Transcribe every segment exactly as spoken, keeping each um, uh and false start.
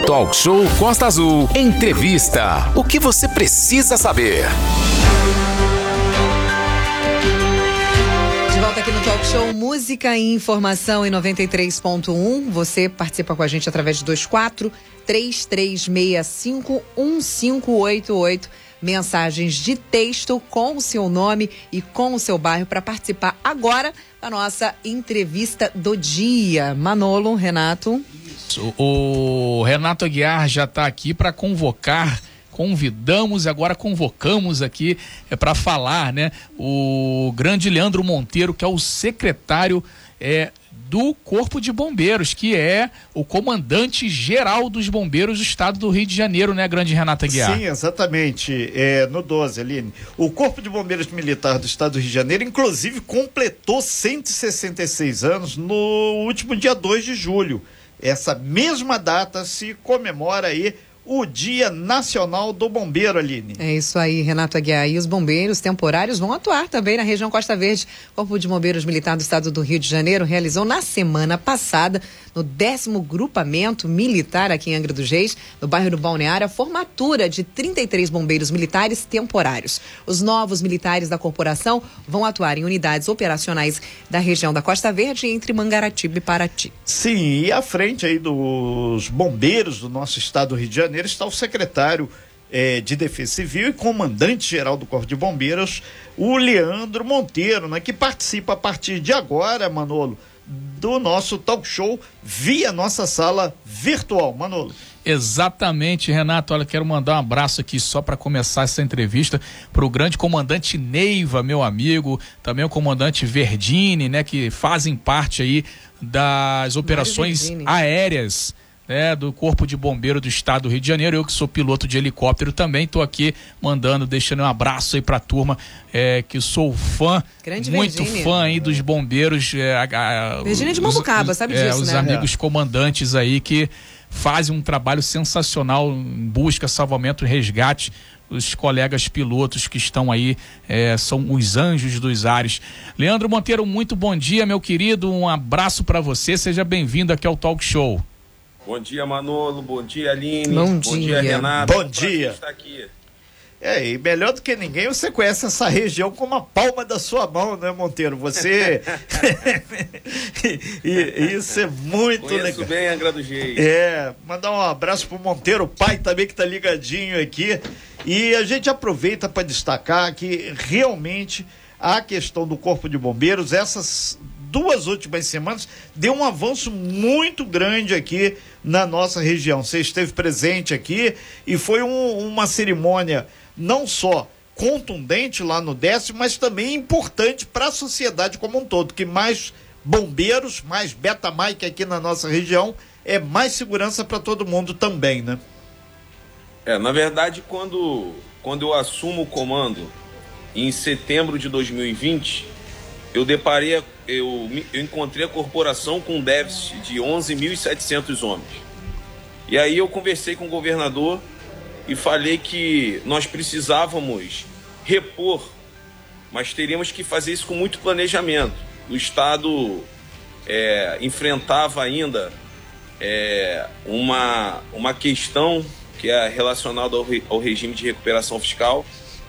Talk Show Costa Azul. Entrevista. O que você precisa saber? De volta aqui no Talk Show Música e Informação em noventa e três ponto um. Você participa com a gente através de dois quatro três três seis cinco um cinco oito oito. Mensagens de texto com o seu nome e com o seu bairro para participar agora da nossa entrevista do dia. Manolo, Renato. Isso. O Renato Aguiar já está aqui para convocar, convidamos e agora convocamos aqui é, para falar, né? O grande Leandro Monteiro, que é o secretário é, do Corpo de Bombeiros, que é o comandante geral dos bombeiros do estado do Rio de Janeiro, né, grande Renato Aguiar? Sim, exatamente, é, no doze, Aline. O Corpo de Bombeiros Militar do estado do Rio de Janeiro, inclusive, completou cento e sessenta e seis anos no último dia dois de julho. Essa mesma data se comemora aí o Dia Nacional do Bombeiro, Aline. É isso aí, Renato Aguiar. E os bombeiros temporários vão atuar também na região Costa Verde. O Corpo de Bombeiros Militar do Estado do Rio de Janeiro realizou na semana passada, no décimo grupamento militar aqui em Angra dos Reis, no bairro do Balneário, a formatura de trinta e três bombeiros militares temporários. Os novos militares da corporação vão atuar em unidades operacionais da região da Costa Verde entre Mangaratiba e Paraty. Sim, e à frente aí dos bombeiros do nosso estado do Rio de Janeiro está o secretário eh, de Defesa Civil e comandante-geral do Corpo de Bombeiros, o Leandro Monteiro, né, que participa a partir de agora, Manolo, do nosso talk show via nossa sala virtual. Manolo. Exatamente, Renato. Olha, quero mandar um abraço aqui só para começar essa entrevista para o grande comandante Neiva, meu amigo, também o comandante Verdini, né, que fazem parte aí das operações aéreas, né, do Corpo de Bombeiro do Estado do Rio de Janeiro. Eu que sou piloto de helicóptero também, estou aqui mandando, deixando um abraço aí para a turma, é, que sou fã, Grande muito Virgínia. fã aí dos bombeiros. É, a, a, Virgínia de Mambucaba, os, sabe é, disso, os né? amigos comandantes aí que fazem um trabalho sensacional em busca, salvamento e resgate. Os colegas pilotos que estão aí é, são os anjos dos ares. Leandro Monteiro, muito bom dia, meu querido, um abraço para você, seja bem-vindo aqui ao Talk Show. Bom dia, Manolo, bom dia, Aline, bom, bom dia. dia, Renato. Bom dia. Estar aqui. É, e melhor do que ninguém, você conhece essa região como a palma da sua mão, né, Monteiro? Você... e, e isso é muito Conheço legal. bem Angra dos Reis. É, mandar um abraço pro Monteiro, o pai também que tá ligadinho aqui. E a gente aproveita para destacar que realmente a questão do Corpo de Bombeiros, essas duas últimas semanas, deu um avanço muito grande aqui na nossa região. Você esteve presente aqui e foi um, uma cerimônia não só contundente lá no décimo, mas também importante para a sociedade como um todo, que mais bombeiros, mais beta-mike aqui na nossa região, é mais segurança para todo mundo também, né? É, na verdade, quando, quando eu assumo o comando em setembro de dois mil e vinte, eu deparei, eu, eu encontrei a corporação com um déficit de onze mil e setecentos homens. E aí eu conversei com o governador e falei que nós precisávamos repor, mas teríamos que fazer isso com muito planejamento. O Estado é, enfrentava ainda é, uma, uma questão que é relacionada ao, ao regime de recuperação fiscal,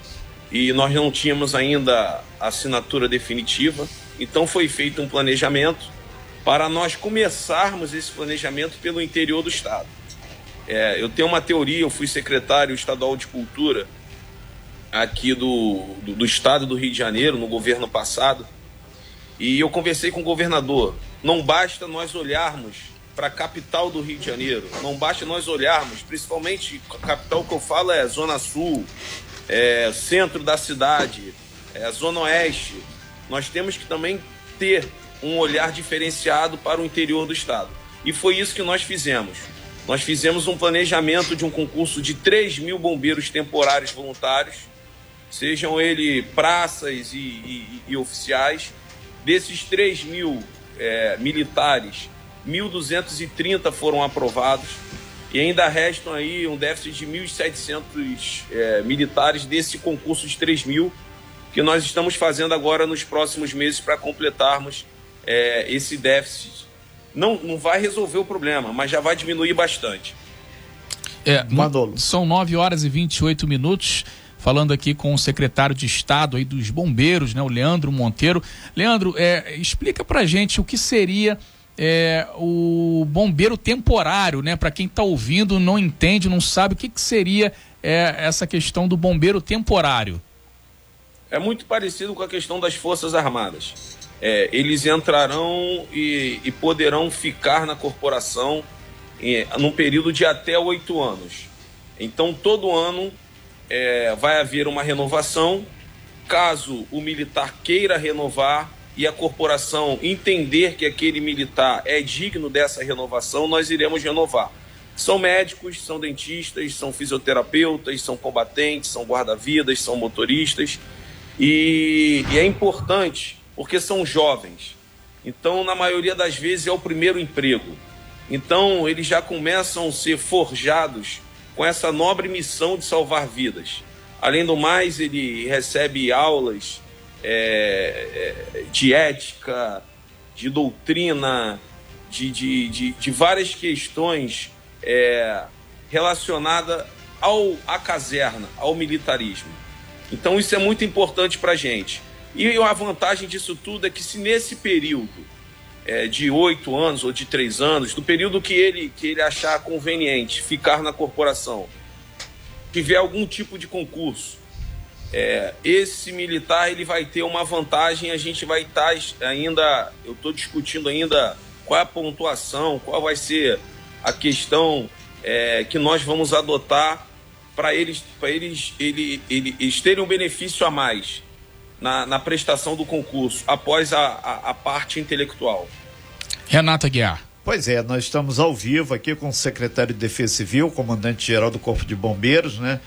e nós não tínhamos ainda a assinatura definitiva, então foi feito um planejamento para nós começarmos esse planejamento pelo interior do Estado. É, eu tenho uma teoria, eu fui secretário estadual de Cultura aqui do, do, do Estado do Rio de Janeiro, no governo passado, e eu conversei com o governador. Não basta nós olharmos para a capital do Rio de Janeiro, não basta nós olharmos, principalmente a capital que eu falo é Zona Sul, é, centro da cidade, é, Zona Oeste. Nós temos que também ter um olhar diferenciado para o interior do estado. E foi isso que nós fizemos. Nós fizemos um planejamento de um concurso de três mil bombeiros temporários voluntários, sejam eles praças e, e, e oficiais. Desses três mil é, militares, mil duzentos e trinta foram aprovados e ainda restam aí um déficit de mil e setecentos é, militares desse concurso de três mil que nós estamos fazendo agora nos próximos meses para completarmos é, esse déficit. Não, não vai resolver o problema, mas já vai diminuir bastante. É, Manolo. São nove horas e vinte e oito minutos. Falando aqui com o secretário de Estado aí dos Bombeiros, né, o Leandro Monteiro. Leandro, é, explica pra gente o que seria é, o bombeiro temporário, né? Para quem está ouvindo, não entende, não sabe o que, que seria é, essa questão do bombeiro temporário. É muito parecido com a questão das Forças Armadas. É, eles entrarão e, e poderão ficar na corporação em, num período de até oito anos. Então, todo ano É, vai haver uma renovação. Caso o militar queira renovar e a corporação entender que aquele militar é digno dessa renovação, nós iremos renovar. São médicos, são dentistas, são fisioterapeutas, são combatentes, são guarda-vidas, são motoristas e, e é importante porque são jovens. Então, na maioria das vezes, é o primeiro emprego. Então, eles já começam a ser forjados com essa nobre missão de salvar vidas. Além do mais, ele recebe aulas é, de ética, de doutrina, de, de, de, de várias questões é, relacionadas ao, à caserna, ao militarismo. Então isso é muito importante para a gente. E a vantagem disso tudo é que se nesse período É, de oito anos ou de três anos, do período que ele, que ele achar conveniente ficar na corporação, tiver algum tipo de concurso, é, esse militar ele vai ter uma vantagem. A gente vai estar tá ainda, eu estou discutindo ainda qual é a pontuação, qual vai ser a questão é, que nós vamos adotar para eles, para eles, ele, ele, eles terem um benefício a mais Na, na prestação do concurso, após a, a, a parte intelectual. Renata Guiar. Pois é, nós estamos ao vivo aqui com o secretário de Defesa Civil, comandante-geral do Corpo de Bombeiros, né?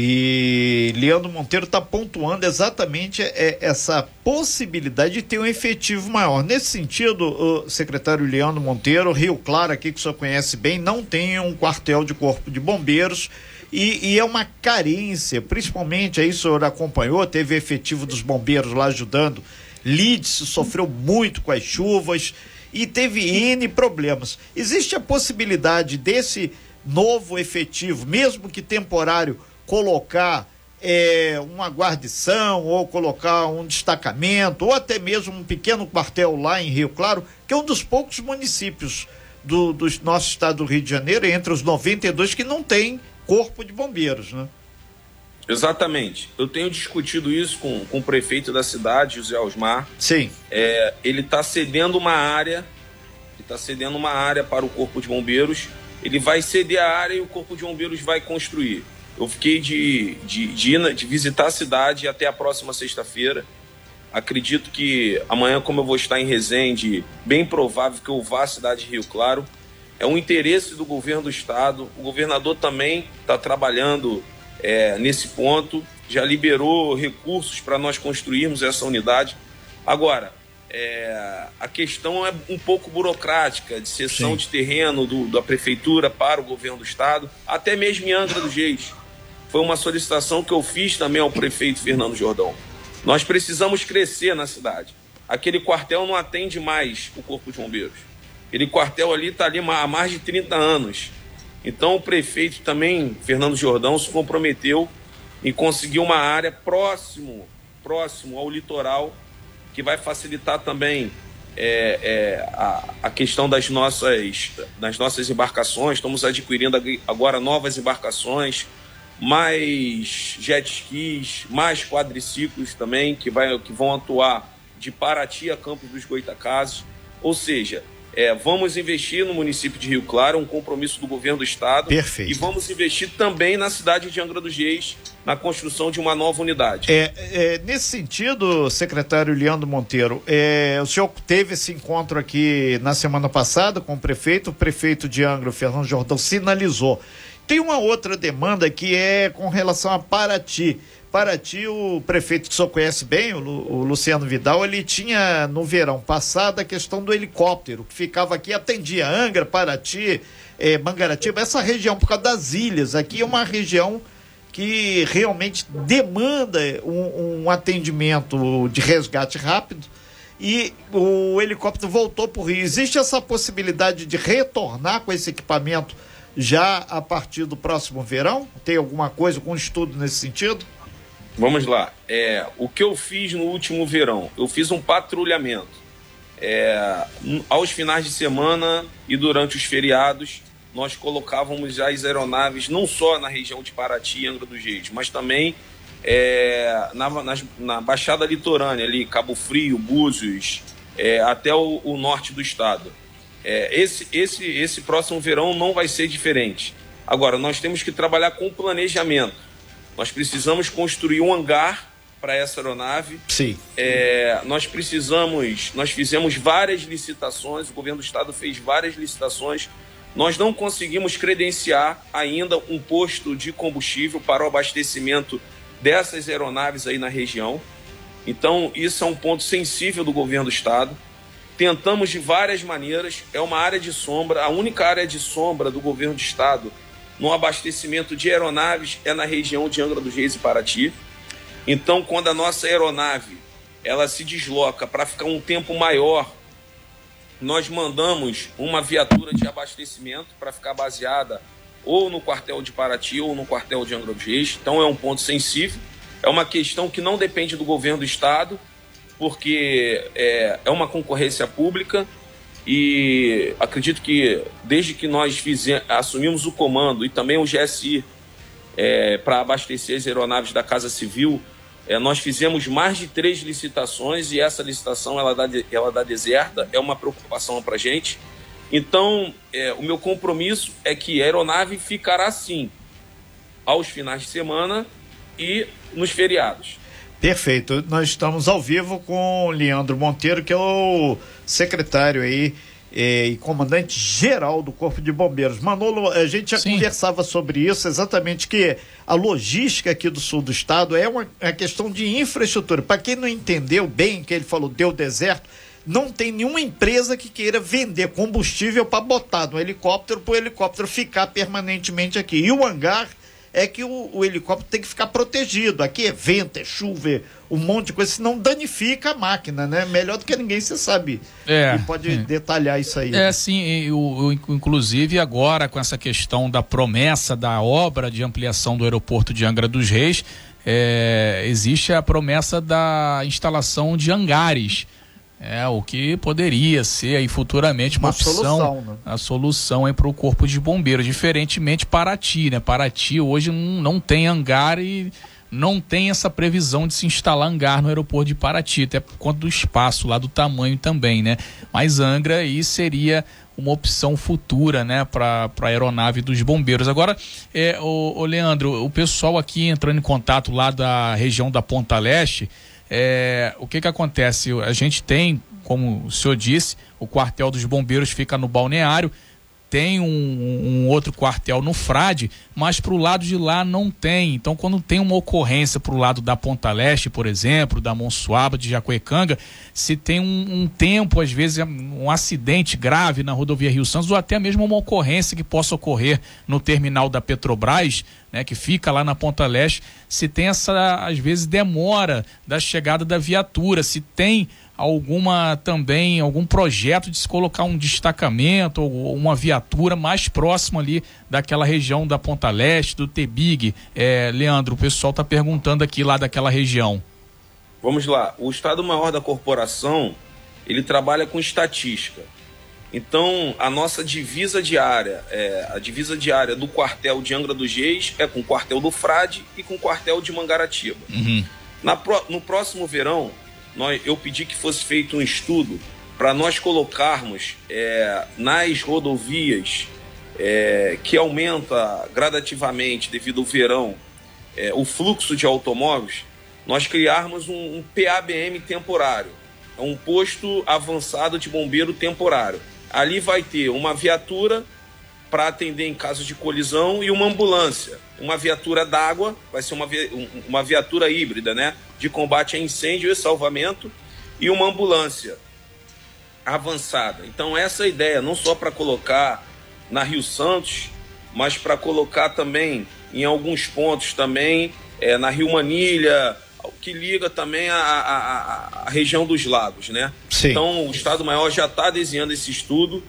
E Leandro Monteiro está pontuando exatamente é, essa possibilidade de ter um efetivo maior. Nesse sentido, o secretário Leandro Monteiro, Rio Claro, aqui que o senhor conhece bem, não tem um quartel de Corpo de Bombeiros. E, e é uma carência, principalmente, aí o senhor acompanhou, teve efetivo dos bombeiros lá ajudando. Lídice sofreu muito com as chuvas e teve N problemas. Existe a possibilidade desse novo efetivo, mesmo que temporário, colocar é, uma guarnição ou colocar um destacamento ou até mesmo um pequeno quartel lá em Rio Claro, que é um dos poucos municípios do, do nosso estado do Rio de Janeiro, entre os noventa e dois, que não tem Corpo de Bombeiros, né? Exatamente. Eu tenho discutido isso com, com o prefeito da cidade, José Osmar. Sim. É, ele está cedendo uma área, ele está cedendo uma área para o Corpo de Bombeiros. Ele vai ceder a área e o Corpo de Bombeiros vai construir. Eu fiquei de, de, de, ir, de visitar a cidade até a próxima sexta-feira. Acredito que amanhã, como eu vou estar em Resende, bem provável que eu vá à cidade de Rio Claro. É um interesse do governo do estado. O governador também está trabalhando é, nesse ponto, já liberou recursos para nós construirmos essa unidade. Agora, é, a questão é um pouco burocrática, de cessão Sim. de terreno do, da prefeitura para o governo do estado, até mesmo em Angra dos Reis. Foi uma solicitação que eu fiz também ao prefeito Fernando Jordão. Nós precisamos crescer na cidade. Aquele quartel não atende mais o Corpo de Bombeiros. Aquele quartel ali está ali há mais de trinta anos. Então o prefeito também, Fernando Jordão, se comprometeu em conseguir uma área próximo, próximo ao litoral, que vai facilitar também é, é, a, a questão das nossas, das nossas embarcações. Estamos adquirindo agora novas embarcações, mais jet skis, mais quadriciclos também, que, vai, que vão atuar de Paraty a Campos dos Goitacazes. Ou seja, É, vamos investir no município de Rio Claro, um compromisso do governo do estado. Perfeito. E vamos investir também na cidade de Angra dos Reis, na construção de uma nova unidade. É, é, nesse sentido, secretário Leandro Monteiro, é, o senhor teve esse encontro aqui na semana passada com o prefeito, o prefeito de Angra, o Fernando Jordão, sinalizou. Tem uma outra demanda que é com relação a Paraty. Paraty, o prefeito que o senhor conhece bem, o, Lu, o Luciano Vidal, ele tinha no verão passado a questão do helicóptero, que ficava aqui, atendia Angra, Paraty, eh, Mangaratiba, essa região, por causa das ilhas. Aqui é uma região que realmente demanda um, um atendimento de resgate rápido e o helicóptero voltou para o Rio. Existe essa possibilidade de retornar com esse equipamento já a partir do próximo verão? Tem alguma coisa, algum estudo nesse sentido? Vamos lá. É, o que eu fiz no último verão? Eu fiz um patrulhamento. É, aos finais de semana e durante os feriados, nós colocávamos as aeronaves não só na região de Paraty e Angra dos Reis, mas também é, na, na, na Baixada Litorânea, ali, Cabo Frio, Búzios, é, até o, o norte do estado. É, esse, esse, esse próximo verão não vai ser diferente. Agora, nós temos que trabalhar com planejamento. Nós precisamos construir um hangar para essa aeronave. Sim. É, nós precisamos, nós fizemos várias licitações, o governo do estado fez várias licitações. Nós não conseguimos credenciar ainda um posto de combustível para o abastecimento dessas aeronaves aí na região. Então, isso é um ponto sensível do governo do estado. Tentamos de várias maneiras, é uma área de sombra, a única área de sombra do governo do estado no abastecimento de aeronaves é na região de Angra dos Reis e Paraty. Então, quando a nossa aeronave ela se desloca para ficar um tempo maior, nós mandamos uma viatura de abastecimento para ficar baseada ou no quartel de Paraty ou no quartel de Angra dos Reis. Então, é um ponto sensível. É uma questão que não depende do governo do estado, porque é, é uma concorrência pública. E acredito que desde que nós fizemos, assumimos o comando e também o G S I é, para abastecer as aeronaves da Casa Civil, é, nós fizemos mais de três licitações e essa licitação ela dá, ela dá deserta, é uma preocupação para a gente. Então, é, o meu compromisso é que a aeronave ficará sim aos finais de semana e nos feriados. Perfeito. Nós estamos ao vivo com o Leandro Monteiro, que é o secretário aí eh, e comandante geral do Corpo de Bombeiros. Manolo, a gente já Sim. conversava sobre isso, exatamente, que a logística aqui do sul do estado é uma, uma questão de infraestrutura. Para quem não entendeu bem, que ele falou, deu deserto, não tem nenhuma empresa que queira vender combustível para botar no helicóptero, para o helicóptero ficar permanentemente aqui. E o hangar é que o, o helicóptero tem que ficar protegido. Aqui é vento, é chuva, é um monte de coisa, senão danifica a máquina, né? Melhor do que ninguém, você sabe. É. E pode é. detalhar isso aí. É, né? sim, eu, eu, inclusive agora com essa questão da promessa da obra de ampliação do aeroporto de Angra dos Reis, é, existe a promessa da instalação de hangares. É, o que poderia ser aí futuramente uma, uma opção, solução, né? A solução aí para o Corpo de Bombeiros, diferentemente Paraty, né? Paraty hoje não, não tem hangar e não tem essa previsão de se instalar hangar no aeroporto de Paraty, até por conta do espaço lá, do tamanho também, né? Mas Angra aí seria uma opção futura, né, para a aeronave dos bombeiros. Agora, é, o, o Leandro, o pessoal aqui entrando em contato lá da região da Ponta Leste, É, o que que acontece? A gente tem, como o senhor disse, o quartel dos bombeiros fica no balneário, tem um, um outro quartel no Frade, mas para o lado de lá não tem. Então, quando tem uma ocorrência para o lado da Ponta Leste, por exemplo, da Monsuaba, de Jacuecanga, se tem um, um tempo, às vezes, um acidente grave na rodovia Rio Santos, ou até mesmo uma ocorrência que possa ocorrer no terminal da Petrobras, né, que fica lá na Ponta Leste, se tem essa, às vezes, demora da chegada da viatura, se tem alguma também, algum projeto de se colocar um destacamento ou uma viatura mais próximo ali daquela região da Ponta Leste, do Tebig. É, Leandro, o pessoal está perguntando aqui lá daquela região. Vamos lá, o Estado-Maior da Corporação, ele trabalha com estatística. Então, a nossa divisa diária, é, a divisa diária do quartel de Angra dos Reis é com o quartel do Frade e com o quartel de Mangaratiba. Uhum. Na, no próximo verão, nós, eu pedi que fosse feito um estudo para nós colocarmos é, nas rodovias é, que aumenta gradativamente devido ao verão é, o fluxo de automóveis, nós criarmos um, um P A B M temporário, um posto avançado de bombeiro temporário. Ali vai ter uma viatura para atender em caso de colisão e uma ambulância. Uma viatura d'água, vai ser uma, vi- uma viatura híbrida, né? De combate a incêndio e salvamento, e uma ambulância avançada. Então essa é a ideia, não só para colocar na Rio Santos, mas para colocar também em alguns pontos também, é, na Rio Manilha, que liga também a, a, a, a região dos lagos, né? Sim. Então o Estado-Maior já está desenhando esse estudo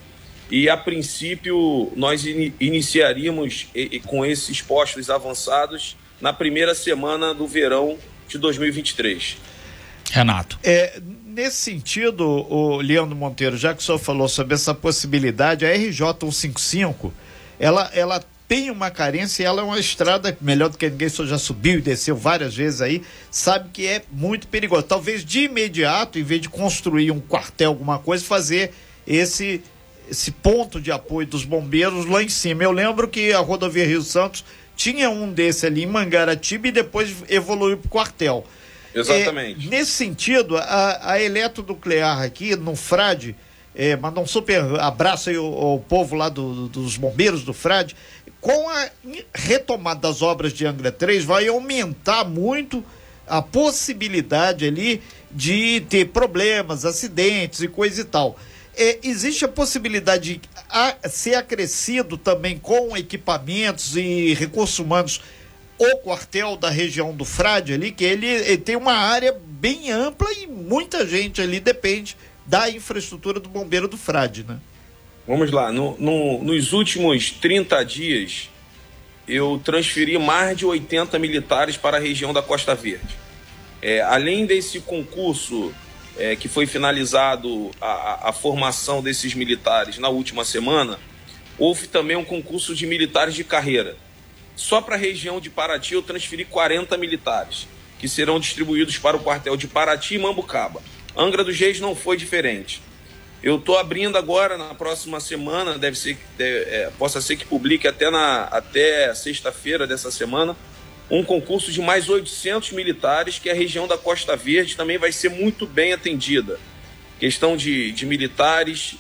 e a princípio nós in, iniciaríamos e, e, com esses postos avançados na primeira semana do verão de dois mil e vinte e três. Renato. É, nesse sentido, o Leandro Monteiro, já que o senhor falou sobre essa possibilidade, a R J cento e cinquenta e cinco, ela, ela tem uma carência, ela é uma estrada melhor do que ninguém, o senhor já subiu e desceu várias vezes aí, sabe que é muito perigoso. Talvez de imediato, em vez de construir um quartel, alguma coisa, fazer esse, esse ponto de apoio dos bombeiros lá em cima. Eu lembro que a rodovia Rio Santos tinha um desse ali em Mangaratiba e depois evoluiu para o quartel. Exatamente. É, nesse sentido, a, a Eletronuclear aqui no Frade, é, mandar um super abraço aí ao, ao povo lá do, dos bombeiros do Frade, com a retomada das obras de Angra três, vai aumentar muito a possibilidade ali de ter problemas, acidentes e coisa e tal. É, existe a possibilidade de a, ser acrescido também com equipamentos e recursos humanos o quartel da região do Frade ali, que ele, ele tem uma área bem ampla e muita gente ali depende da infraestrutura do bombeiro do Frade, né? Vamos lá, no, no, nos últimos trinta dias eu transferi mais de oitenta militares para a região da Costa Verde. É, além desse concurso é, que foi finalizado a, a formação desses militares na última semana, houve também um concurso de militares de carreira. Só para a região de Paraty eu transferi quarenta militares, que serão distribuídos para o quartel de Paraty e Mambucaba. Angra dos Reis não foi diferente. Eu estou abrindo agora, na próxima semana, deve ser, deve, é, possa ser que publique até, na, até sexta-feira dessa semana, um concurso de mais oitocentos militares, que a região da Costa Verde também vai ser muito bem atendida. Questão de, de militares...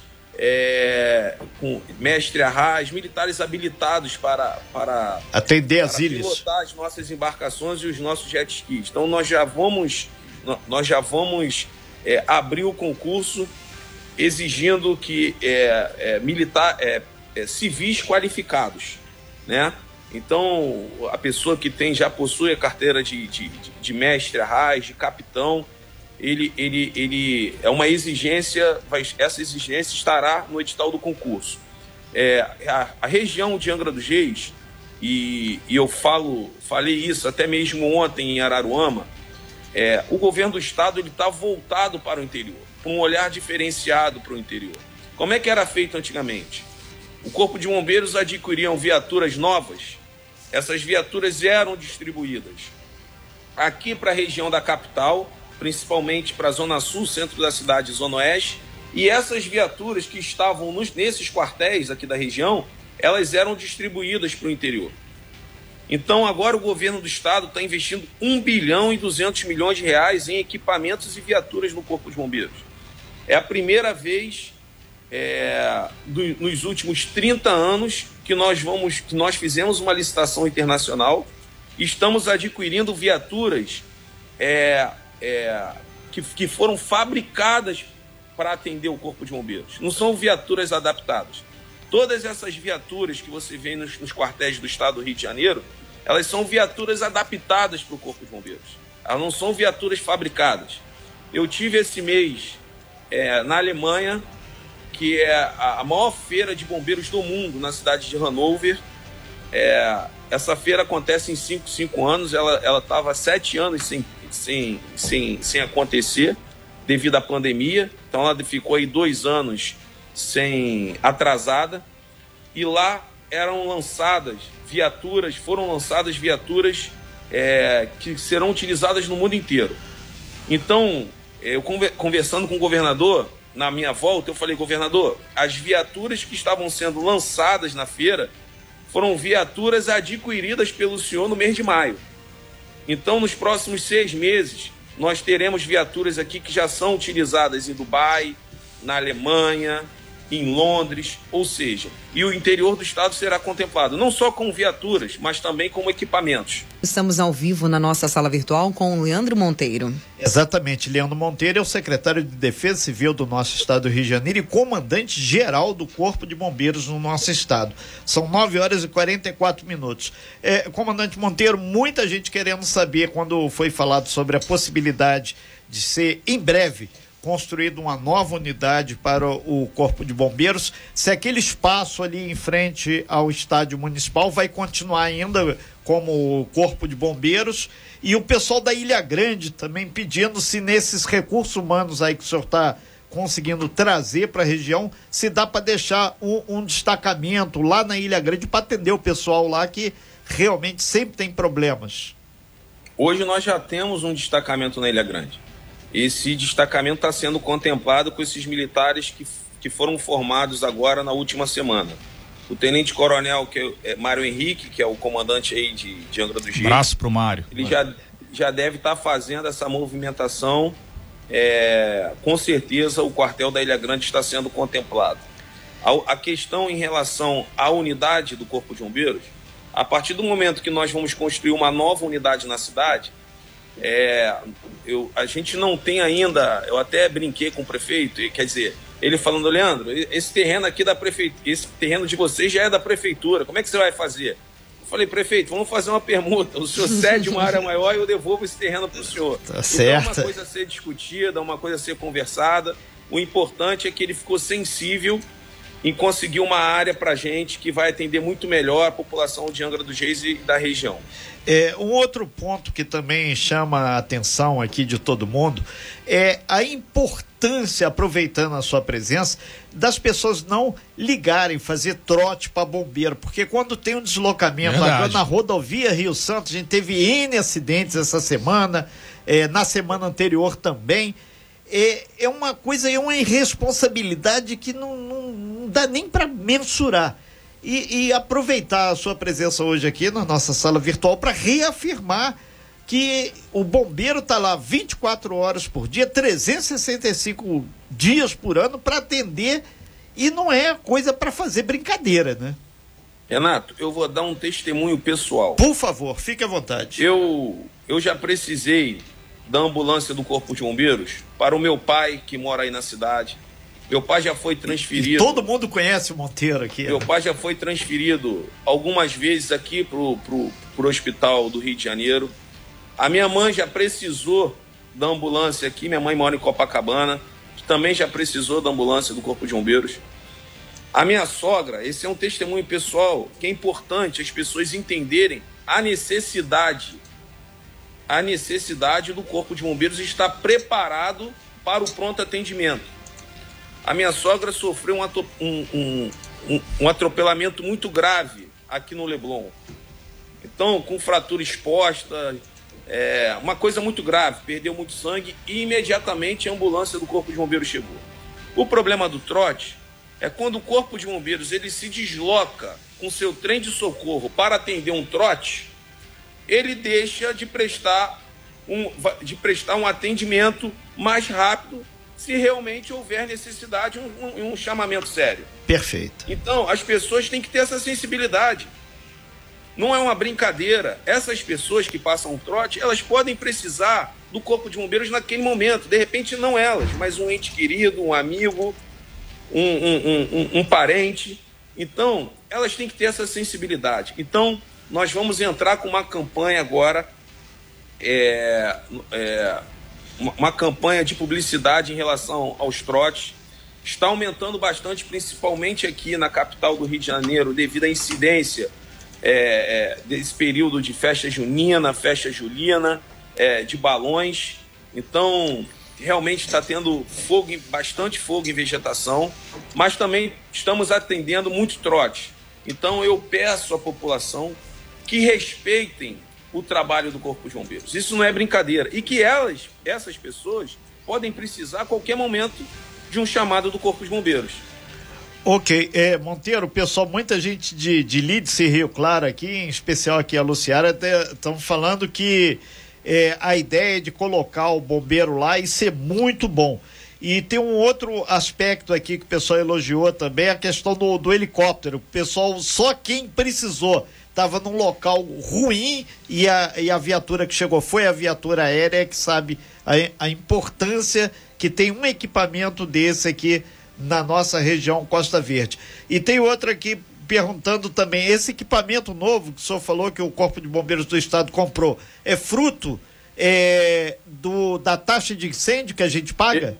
É, com mestre Arras, militares habilitados para, para atender as para ilhas, pilotar as nossas embarcações e os nossos jet skis. Então nós já vamos, nós já vamos é, abrir o concurso exigindo que é, é, militar, é, é, civis qualificados, né? Então a pessoa que tem já possui a carteira de, de, de mestre Arras, de capitão, Ele, ele, ele é uma exigência, vai, essa exigência estará no edital do concurso. É, a, a região de Angra dos Reis, e, e eu falo, falei isso até mesmo ontem em Araruama, é, o governo do estado está voltado para o interior, com um olhar diferenciado para o interior. Como é que era feito antigamente? O Corpo de Bombeiros adquiriam viaturas novas, essas viaturas eram distribuídas aqui para a região da capital, principalmente para a Zona Sul, centro da cidade e Zona Oeste, e essas viaturas que estavam nos, nesses quartéis aqui da região, elas eram distribuídas para o interior. Então agora o governo do estado está investindo um bilhão e duzentos milhões de reais em equipamentos e viaturas no Corpo de Bombeiros. É a primeira vez é, do, nos últimos trinta anos que nós, vamos, que nós fizemos uma licitação internacional e estamos adquirindo viaturas é, É, que, que foram fabricadas para atender o Corpo de Bombeiros. Não são viaturas adaptadas. Todas essas viaturas que você vê nos, nos quartéis do estado do Rio de Janeiro, elas são viaturas adaptadas para o Corpo de Bombeiros. Elas não são viaturas fabricadas. Eu tive esse mês é, na Alemanha, que é a, a maior feira de bombeiros do mundo, na cidade de Hannover. É, essa feira acontece em cinco, cinco anos, ela estava sete anos sem Sem, sem, sem acontecer devido à pandemia, então ela ficou aí dois anos sem atrasada, e lá eram lançadas viaturas, foram lançadas viaturas é, que serão utilizadas no mundo inteiro. Então, eu conversando com o governador, na minha volta, eu falei: governador, as viaturas que estavam sendo lançadas na feira foram viaturas adquiridas pelo senhor no mês de maio. Então, nos próximos seis meses, nós teremos viaturas aqui que já são utilizadas em Dubai, na Alemanha, em Londres, ou seja, e o interior do estado será contemplado, não só com viaturas, mas também com equipamentos. Estamos ao vivo na nossa sala virtual com o Leandro Monteiro. Exatamente, Leandro Monteiro é o secretário de Defesa Civil do nosso estado do Rio de Janeiro e comandante geral do Corpo de Bombeiros no nosso estado. São nove horas e quarenta e quatro minutos. É, comandante Monteiro, muita gente querendo saber, quando foi falado sobre a possibilidade de ser, em breve, construído uma nova unidade para o Corpo de Bombeiros, se aquele espaço ali em frente ao estádio municipal vai continuar ainda como Corpo de Bombeiros, e o pessoal da Ilha Grande também pedindo se nesses recursos humanos aí que o senhor está conseguindo trazer para a região, se dá para deixar um, um destacamento lá na Ilha Grande para atender o pessoal lá que realmente sempre tem problemas. Hoje nós já temos um destacamento na Ilha Grande. Esse destacamento está sendo contemplado com esses militares que, que foram formados agora na última semana. O tenente-coronel, que é Mário Henrique, que é o comandante aí de, de Angra dos Reis. Abraço pro Mário. Ele já, já deve estar tá fazendo essa movimentação. É, com certeza o quartel da Ilha Grande está sendo contemplado. A, a questão em relação à unidade do Corpo de Bombeiros, a partir do momento que nós vamos construir uma nova unidade na cidade, É, eu, a gente não tem ainda, eu até brinquei com o prefeito, quer dizer, ele falando, Leandro, esse terreno aqui da prefeitura, esse terreno de vocês já é da prefeitura, como é que você vai fazer? Eu falei, prefeito, vamos fazer uma permuta, o senhor cede uma área maior e eu devolvo esse terreno para o senhor. Tá certo. Então é uma coisa a ser discutida, uma coisa a ser conversada, o importante é que ele ficou sensível em conseguir uma área para a gente que vai atender muito melhor a população de Angra dos Reis e da região. É, um outro ponto que também chama a atenção aqui de todo mundo é a importância, aproveitando a sua presença, das pessoas não ligarem, fazer trote para bombeiro, porque quando tem um deslocamento Verdade. agora na rodovia Rio Santos, a gente teve N acidentes essa semana, é, na semana anterior também, é, é uma coisa, é uma irresponsabilidade que não, não, não dá nem para mensurar. E, e aproveitar a sua presença hoje aqui na nossa sala virtual para reafirmar que o bombeiro está lá vinte e quatro horas por dia, trezentos e sessenta e cinco dias por ano para atender, e não é coisa para fazer brincadeira, né? Renato, eu vou dar um testemunho pessoal. Por favor, fique à vontade. Eu, eu já precisei da ambulância do Corpo de Bombeiros para o meu pai, que mora aí na cidade. Meu pai já foi transferido. E todo mundo conhece o Monteiro aqui. Meu né? pai já foi transferido algumas vezes aqui pro, pro, pro hospital do Rio de Janeiro. A minha mãe já precisou da ambulância aqui. Minha mãe mora em Copacabana. Também já precisou da ambulância do Corpo de Bombeiros. A minha sogra, esse é um testemunho pessoal que é importante as pessoas entenderem a necessidade, a necessidade do Corpo de Bombeiros estar preparado para o pronto atendimento. A minha sogra sofreu um, ato, um, um, um, um atropelamento muito grave aqui no Leblon. Então, com fratura exposta, é, uma coisa muito grave, perdeu muito sangue e imediatamente a ambulância do Corpo de Bombeiros chegou. O problema do trote é quando o Corpo de Bombeiros ele se desloca com seu trem de socorro para atender um trote, ele deixa de prestar um, de prestar um atendimento mais rápido se realmente houver necessidade de um, um, um chamamento sério. Perfeito. Então, as pessoas têm que ter essa sensibilidade. Não é uma brincadeira. Essas pessoas que passam um trote, elas podem precisar do Corpo de Bombeiros naquele momento. De repente, não elas, mas um ente querido, um amigo, um, um, um, um, um parente. Então, elas têm que ter essa sensibilidade. Então, nós vamos entrar com uma campanha agora, é... é uma campanha de publicidade em relação aos trotes. Está aumentando bastante, principalmente aqui na capital do Rio de Janeiro, devido à incidência é, é, desse período de festa junina, festa julina, é, de balões. Então, realmente está tendo fogo, bastante fogo em vegetação, mas também estamos atendendo muito trote. Então, eu peço à população que respeitem o trabalho do Corpo de Bombeiros. Isso não é brincadeira. E que elas, essas pessoas, podem precisar a qualquer momento de um chamado do Corpo de Bombeiros. Ok, é, Monteiro, pessoal, muita gente de, de Lídice e Rio Claro aqui, em especial aqui a Luciara, estão falando que é, a ideia de colocar o bombeiro lá, isso é muito bom. E tem um outro aspecto aqui que o pessoal elogiou também, a questão do, do helicóptero. O pessoal, só quem precisou, estava num local ruim e a, e a viatura que chegou foi a viatura aérea, que sabe a, a importância que tem um equipamento desse aqui na nossa região Costa Verde. E tem outro aqui perguntando também, esse equipamento novo que o senhor falou que o Corpo de Bombeiros do Estado comprou, é fruto é, do, da taxa de incêndio que a gente paga?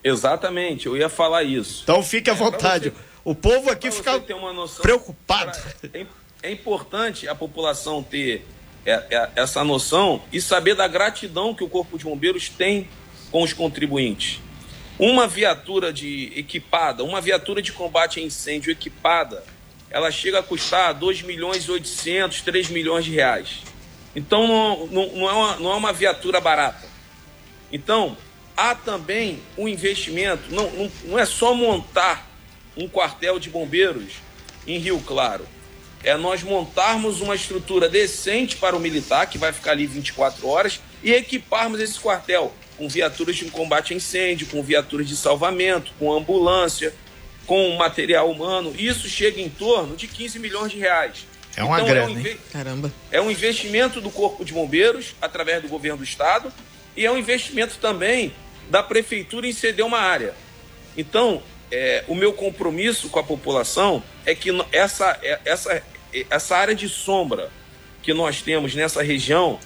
Exatamente, eu ia falar isso. Então fique à é, vontade. Você, o povo aqui fica noção, preocupado. Pra, é, é importante a população ter é, é, essa noção e saber da gratidão que o Corpo de Bombeiros tem com os contribuintes. Uma viatura de equipada, uma viatura de combate a incêndio equipada, ela chega a custar dois milhões e oitocentos, três milhões de reais. Então não, não, não, é uma, não é uma viatura barata. Então, há também um investimento, não, não, não é só montar um quartel de bombeiros em Rio Claro. É nós montarmos uma estrutura decente para o militar, que vai ficar ali vinte e quatro horas, e equiparmos esse quartel com viaturas de combate a incêndio, com viaturas de salvamento, com ambulância, com material humano. Isso chega em torno de quinze milhões de reais. É uma então, grana, é um inve... Caramba. É um investimento do Corpo de Bombeiros, através do governo do estado, e é um investimento também da prefeitura em ceder uma área. Então, é, o meu compromisso com a população é que essa, essa, essa área de sombra que nós temos nessa região,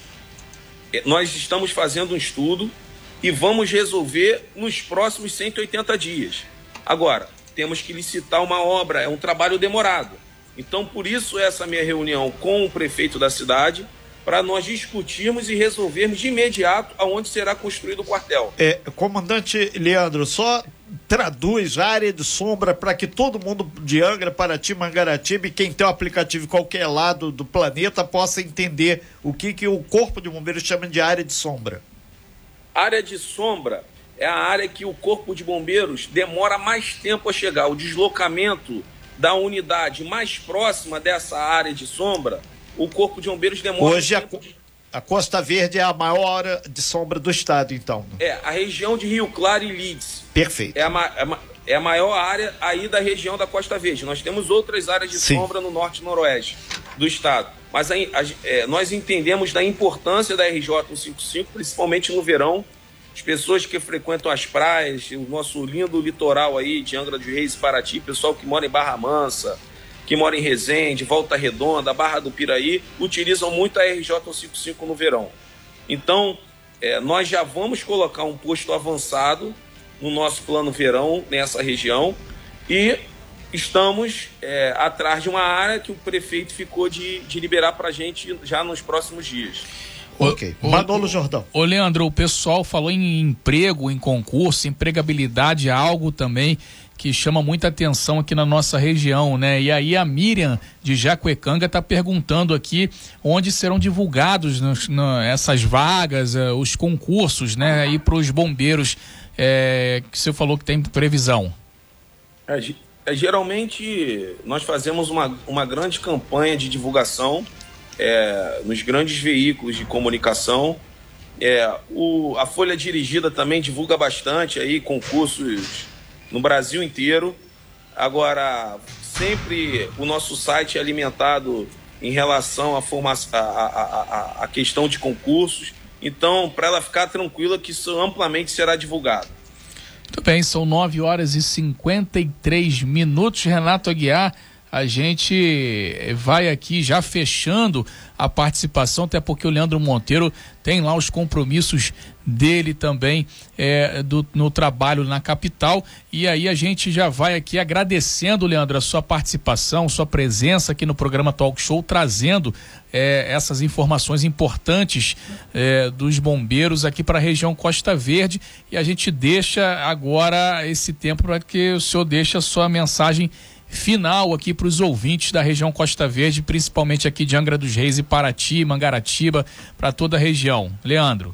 nós estamos fazendo um estudo e vamos resolver nos próximos cento e oitenta dias. Agora, temos que licitar uma obra, é um trabalho demorado. Então, por isso, essa minha reunião com o prefeito da cidade, para nós discutirmos e resolvermos de imediato aonde será construído o quartel. É, comandante Leandro, só traduz a área de sombra para que todo mundo de Angra, Paraty, Mangaratiba e quem tem o aplicativo em qualquer lado do planeta possa entender o que, que o Corpo de Bombeiros chama de área de sombra. Área de sombra é a área que o Corpo de Bombeiros demora mais tempo a chegar. O deslocamento da unidade mais próxima dessa área de sombra, o Corpo de Bombeiros demora... Hoje a, de... a Costa Verde é a maior área de sombra do estado, então. É, a região de Rio Claro e Leeds. Perfeito. É a, é, a, é a maior área aí da região da Costa Verde. Nós temos outras áreas de Sim. sombra no norte e noroeste do estado. Mas a, a, é, nós entendemos da importância da R J cento e cinquenta e cinco, principalmente no verão. As pessoas que frequentam as praias, o nosso lindo litoral aí de Angra dos Reis e Paraty, pessoal que mora em Barra Mansa, que mora em Resende, Volta Redonda, Barra do Piraí, utilizam muito a R J cento e cinquenta e cinco no verão. Então, é, nós já vamos colocar um posto avançado no nosso plano verão, nessa região, e estamos é, atrás de uma área que o prefeito ficou de, de liberar para a gente já nos próximos dias. Ok. Manolo Jordão. Ô, Leandro, o pessoal falou em emprego, em concurso, empregabilidade, algo também que chama muita atenção aqui na nossa região, né? E aí a Miriam de Jacuecanga está perguntando aqui onde serão divulgados nos, no, essas vagas, uh, os concursos, né? Aí para os bombeiros, é, que você falou que tem previsão. É, é, geralmente nós fazemos uma, uma grande campanha de divulgação é, nos grandes veículos de comunicação. É, o, a Folha Dirigida também divulga bastante aí concursos no Brasil inteiro. Agora, sempre o nosso site é alimentado em relação à formação, a, a, a, a questão de concursos. Então, para ela ficar tranquila que isso amplamente será divulgado. Muito bem, são nove horas e cinquenta e três minutos. Renato Aguiar, a gente vai aqui já fechando a participação, até porque o Leandro Monteiro tem lá os compromissos dele também é, do, no trabalho na capital, e aí a gente já vai aqui agradecendo, Leandro, a sua participação, sua presença aqui no programa Talk Show, trazendo é, essas informações importantes é, dos bombeiros aqui para a região Costa Verde, e a gente deixa agora esse tempo para que o senhor deixe a sua mensagem final aqui para os ouvintes da região Costa Verde, principalmente aqui de Angra dos Reis e Paraty, Mangaratiba, para toda a região. Leandro.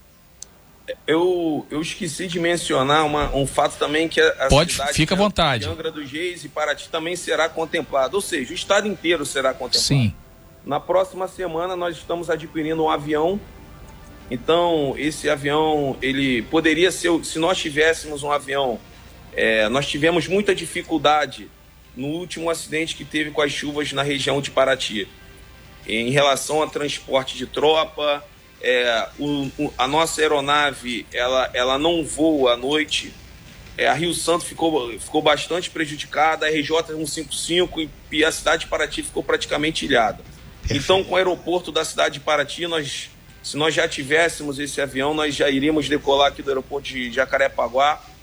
Eu, eu esqueci de mencionar uma, um fato também, que a Pode, cidade fica à vontade. de Angra dos Reis e Paraty também será contemplada, ou seja, o estado inteiro será contemplado. Sim. Na próxima semana nós estamos adquirindo um avião, então esse avião, ele poderia ser, se nós tivéssemos um avião, é, nós tivemos muita dificuldade no último acidente que teve com as chuvas na região de Paraty, em relação a transporte de tropa. É, o, o, a nossa aeronave ela, ela não voa à noite. É, a Rio Santo ficou, ficou bastante prejudicada, a R J cento e cinquenta e cinco e, e a cidade de Paraty ficou praticamente ilhada. Perfeito. Então, com o aeroporto da cidade de Paraty, nós, se nós já tivéssemos esse avião, nós já iríamos decolar aqui do aeroporto de Jacarepaguá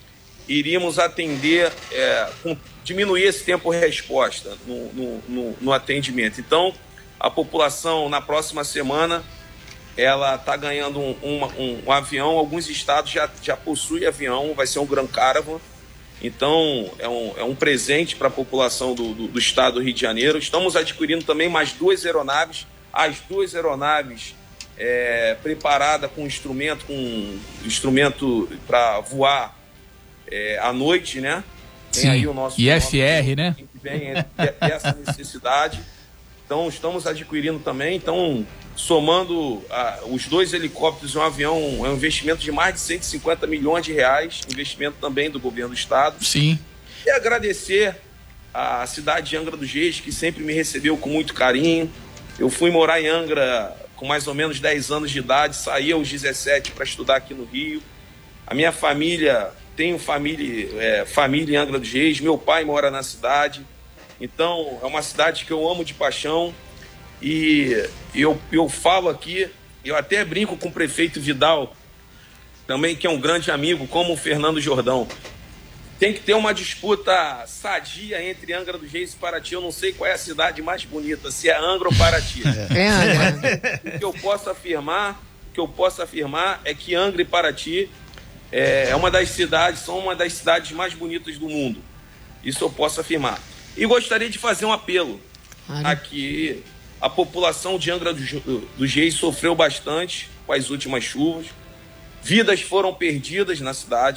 iríamos atender, é, com, diminuir esse tempo-resposta no, no, no, no atendimento. Então, a população, na próxima semana, ela está ganhando um, um, um, um avião. Alguns estados já, já possuem avião, vai ser um Grand Caravan. Então, é um, é um presente para a população do, do, do estado do Rio de Janeiro. Estamos adquirindo também mais duas aeronaves. As duas aeronaves é, preparadas com instrumento, com instrumento para voar é, à noite, né? Tem Sim, aí o nosso... I F R, nosso, né? Vem essa necessidade. Então, estamos adquirindo também. Então, somando ah, os dois helicópteros e um avião, é um investimento de mais de cento e cinquenta milhões de reais, investimento também do governo do estado. Sim. E agradecer a cidade de Angra dos Reis, que sempre me recebeu com muito carinho. Eu fui morar em Angra com mais ou menos dez anos de idade, saí aos dezessete para estudar aqui no Rio. A minha família, tenho família, é, família em Angra dos Reis, meu pai mora na cidade. Então, é uma cidade que eu amo de paixão. E eu, eu falo aqui, eu até brinco com o prefeito Vidal, também que é um grande amigo, como o Fernando Jordão. Tem que ter uma disputa sadia entre Angra dos Reis e Paraty. Eu não sei qual é a cidade mais bonita, se é Angra ou Paraty. É Angra. O que eu posso afirmar, o que eu posso afirmar é que Angra e Paraty é, é uma das cidades, são uma das cidades mais bonitas do mundo. Isso eu posso afirmar. E gostaria de fazer um apelo. Claro. Aqui, a população de Angra dos Reis sofreu bastante com as últimas chuvas. Vidas foram perdidas na cidade.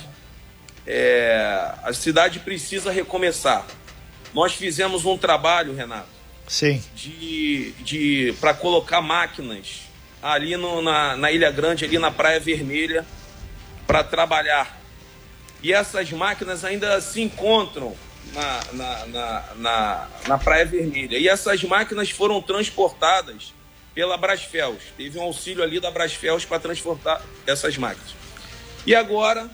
É, a cidade precisa recomeçar. Nós fizemos um trabalho, Renato, Sim. de, de, para colocar máquinas ali no, na, na Ilha Grande, ali na Praia Vermelha, para trabalhar. E essas máquinas ainda se encontram na, na, na, na, na Praia Vermelha. E essas máquinas foram transportadas pela Brasfels. Teve um auxílio ali da Brasfels para transportar essas máquinas. E agora...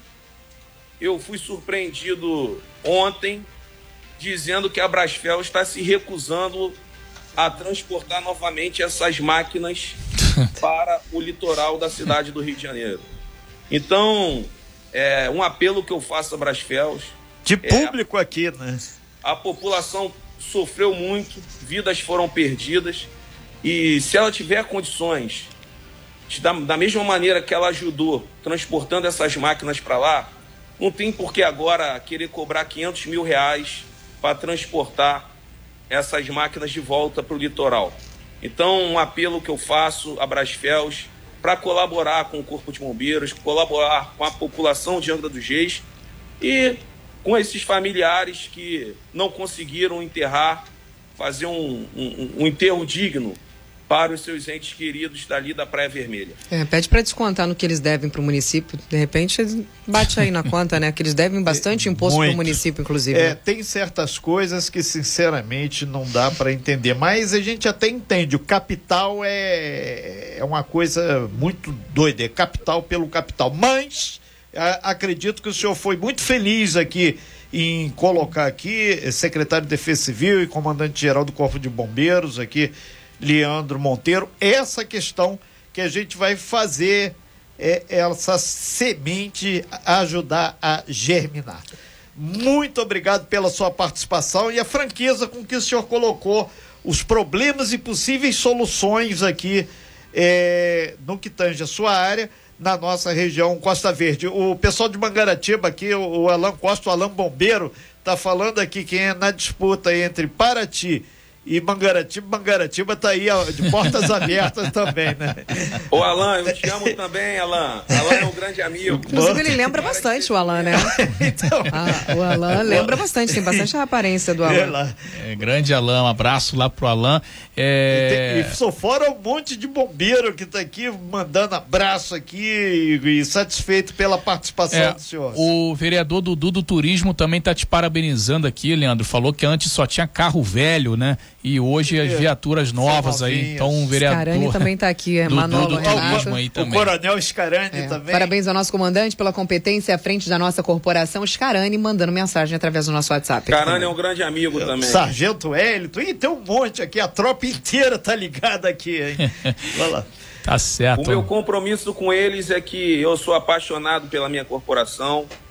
eu fui surpreendido ontem dizendo que a Brasfels está se recusando a transportar novamente essas máquinas para o litoral da cidade do Rio de Janeiro. Então, é um apelo que eu faço à Brasfels. De público é, aqui, né? A população sofreu muito, vidas foram perdidas, e se ela tiver condições, de, da, da mesma maneira que ela ajudou transportando essas máquinas para lá, não tem por que agora querer cobrar quinhentos mil reais para transportar essas máquinas de volta para o litoral. Então, um apelo que eu faço à Brasfels para colaborar com o Corpo de Bombeiros, colaborar com a população de Angra dos Reis e com esses familiares que não conseguiram enterrar, fazer um, um, um enterro digno para os seus entes queridos dali da Praia Vermelha. É, pede para descontar no que eles devem para o município. De repente, bate aí na conta, né? Que eles devem bastante imposto para o município, inclusive. É, né? Tem certas coisas que, sinceramente, não dá para entender. Mas a gente até entende. O capital é, é uma coisa muito doida. É capital pelo capital. Mas a, acredito que o senhor foi muito feliz aqui em colocar aqui, secretário de Defesa Civil e comandante-geral do Corpo de Bombeiros aqui, Leandro Monteiro, essa questão que a gente vai fazer é, essa semente ajudar a germinar. Muito obrigado pela sua participação e a franqueza com que o senhor colocou os problemas e possíveis soluções aqui é, no que tange a sua área, na nossa região Costa Verde. O pessoal de Mangaratiba aqui, o, o Alan Costa, o Alan Bombeiro, está falando aqui que é na disputa entre Paraty e Mangaratiba, Mangaratiba tá aí ó, de portas abertas também, né? Ô Alan, eu te amo também, Alan. Alan é um grande amigo. Inclusive ele lembra bastante o Alan, né? Então... ah, o Alan lembra bastante, tem bastante a aparência do Alan. É, grande Alan, um abraço lá pro Alan. É... E, tem, e só fora um monte de bombeiro que tá aqui mandando abraço aqui e, e satisfeito pela participação é, do senhor. O vereador Dudu do Turismo também tá te parabenizando aqui, Leandro. Falou que antes só tinha carro velho, né? E hoje as viaturas novas aí, então um vereador... Scarani também está aqui, é Manolo Renato. Aí o também. Coronel Scarani é, também. Parabéns ao nosso comandante pela competência à frente da nossa corporação, Scarani, mandando mensagem através do nosso WhatsApp. Scarani é um grande amigo é, também. Sargento Hélito, e tem um monte aqui, a tropa inteira tá ligada aqui, hein? Vai lá. Tá certo. O meu compromisso com eles é que eu sou apaixonado pela minha corporação.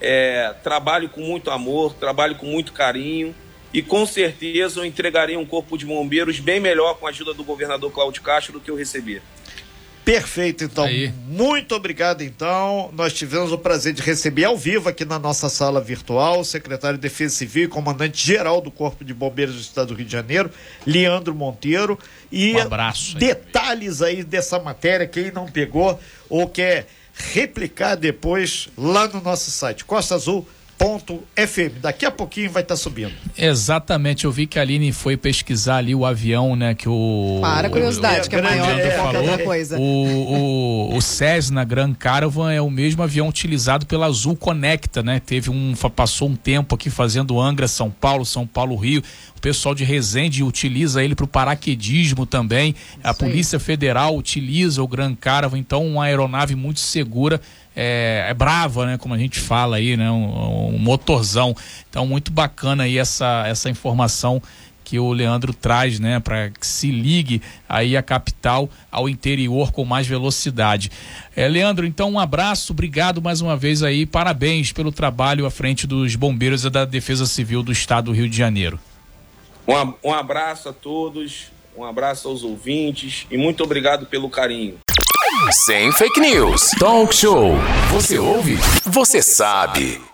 É, trabalho com muito amor, trabalho com muito carinho e com certeza eu entregarei um corpo de bombeiros bem melhor com a ajuda do governador Cláudio Castro do que eu recebi. Perfeito, então. Aí. Muito obrigado, então. Nós tivemos o prazer de receber ao vivo aqui na nossa sala virtual o secretário de Defesa Civil e comandante-geral do Corpo de Bombeiros do Estado do Rio de Janeiro, Leandro Monteiro. E um abraço. Detalhes aí dessa matéria, quem não pegou ou quer replicar depois lá no nosso site, costa azul ponto f m. Daqui a pouquinho vai estar tá subindo. Exatamente, eu vi que a Aline foi pesquisar ali o avião, né, que o... Para a curiosidade, o, que é maior do que qualquer falou, outra coisa. O, o, o Cessna Grand Caravan é o mesmo avião utilizado pela Azul Conecta, né, teve um, passou um tempo aqui fazendo Angra, São Paulo, São Paulo, Rio, o pessoal de Resende utiliza ele para o paraquedismo também, a Isso Polícia aí. Federal utiliza o Grand Caravan, então uma aeronave muito segura. É, é brava, né? Como a gente fala aí, né? Um, um motorzão. Então, muito bacana aí essa, essa informação que o Leandro traz, né? Para que se ligue aí a capital ao interior com mais velocidade. É, Leandro, então um abraço, obrigado mais uma vez aí, parabéns pelo trabalho à frente dos bombeiros e da Defesa Civil do Estado do Rio de Janeiro. Um, um abraço a todos, um abraço aos ouvintes e muito obrigado pelo carinho. Sem fake news. Talk show. Você ouve? Você sabe.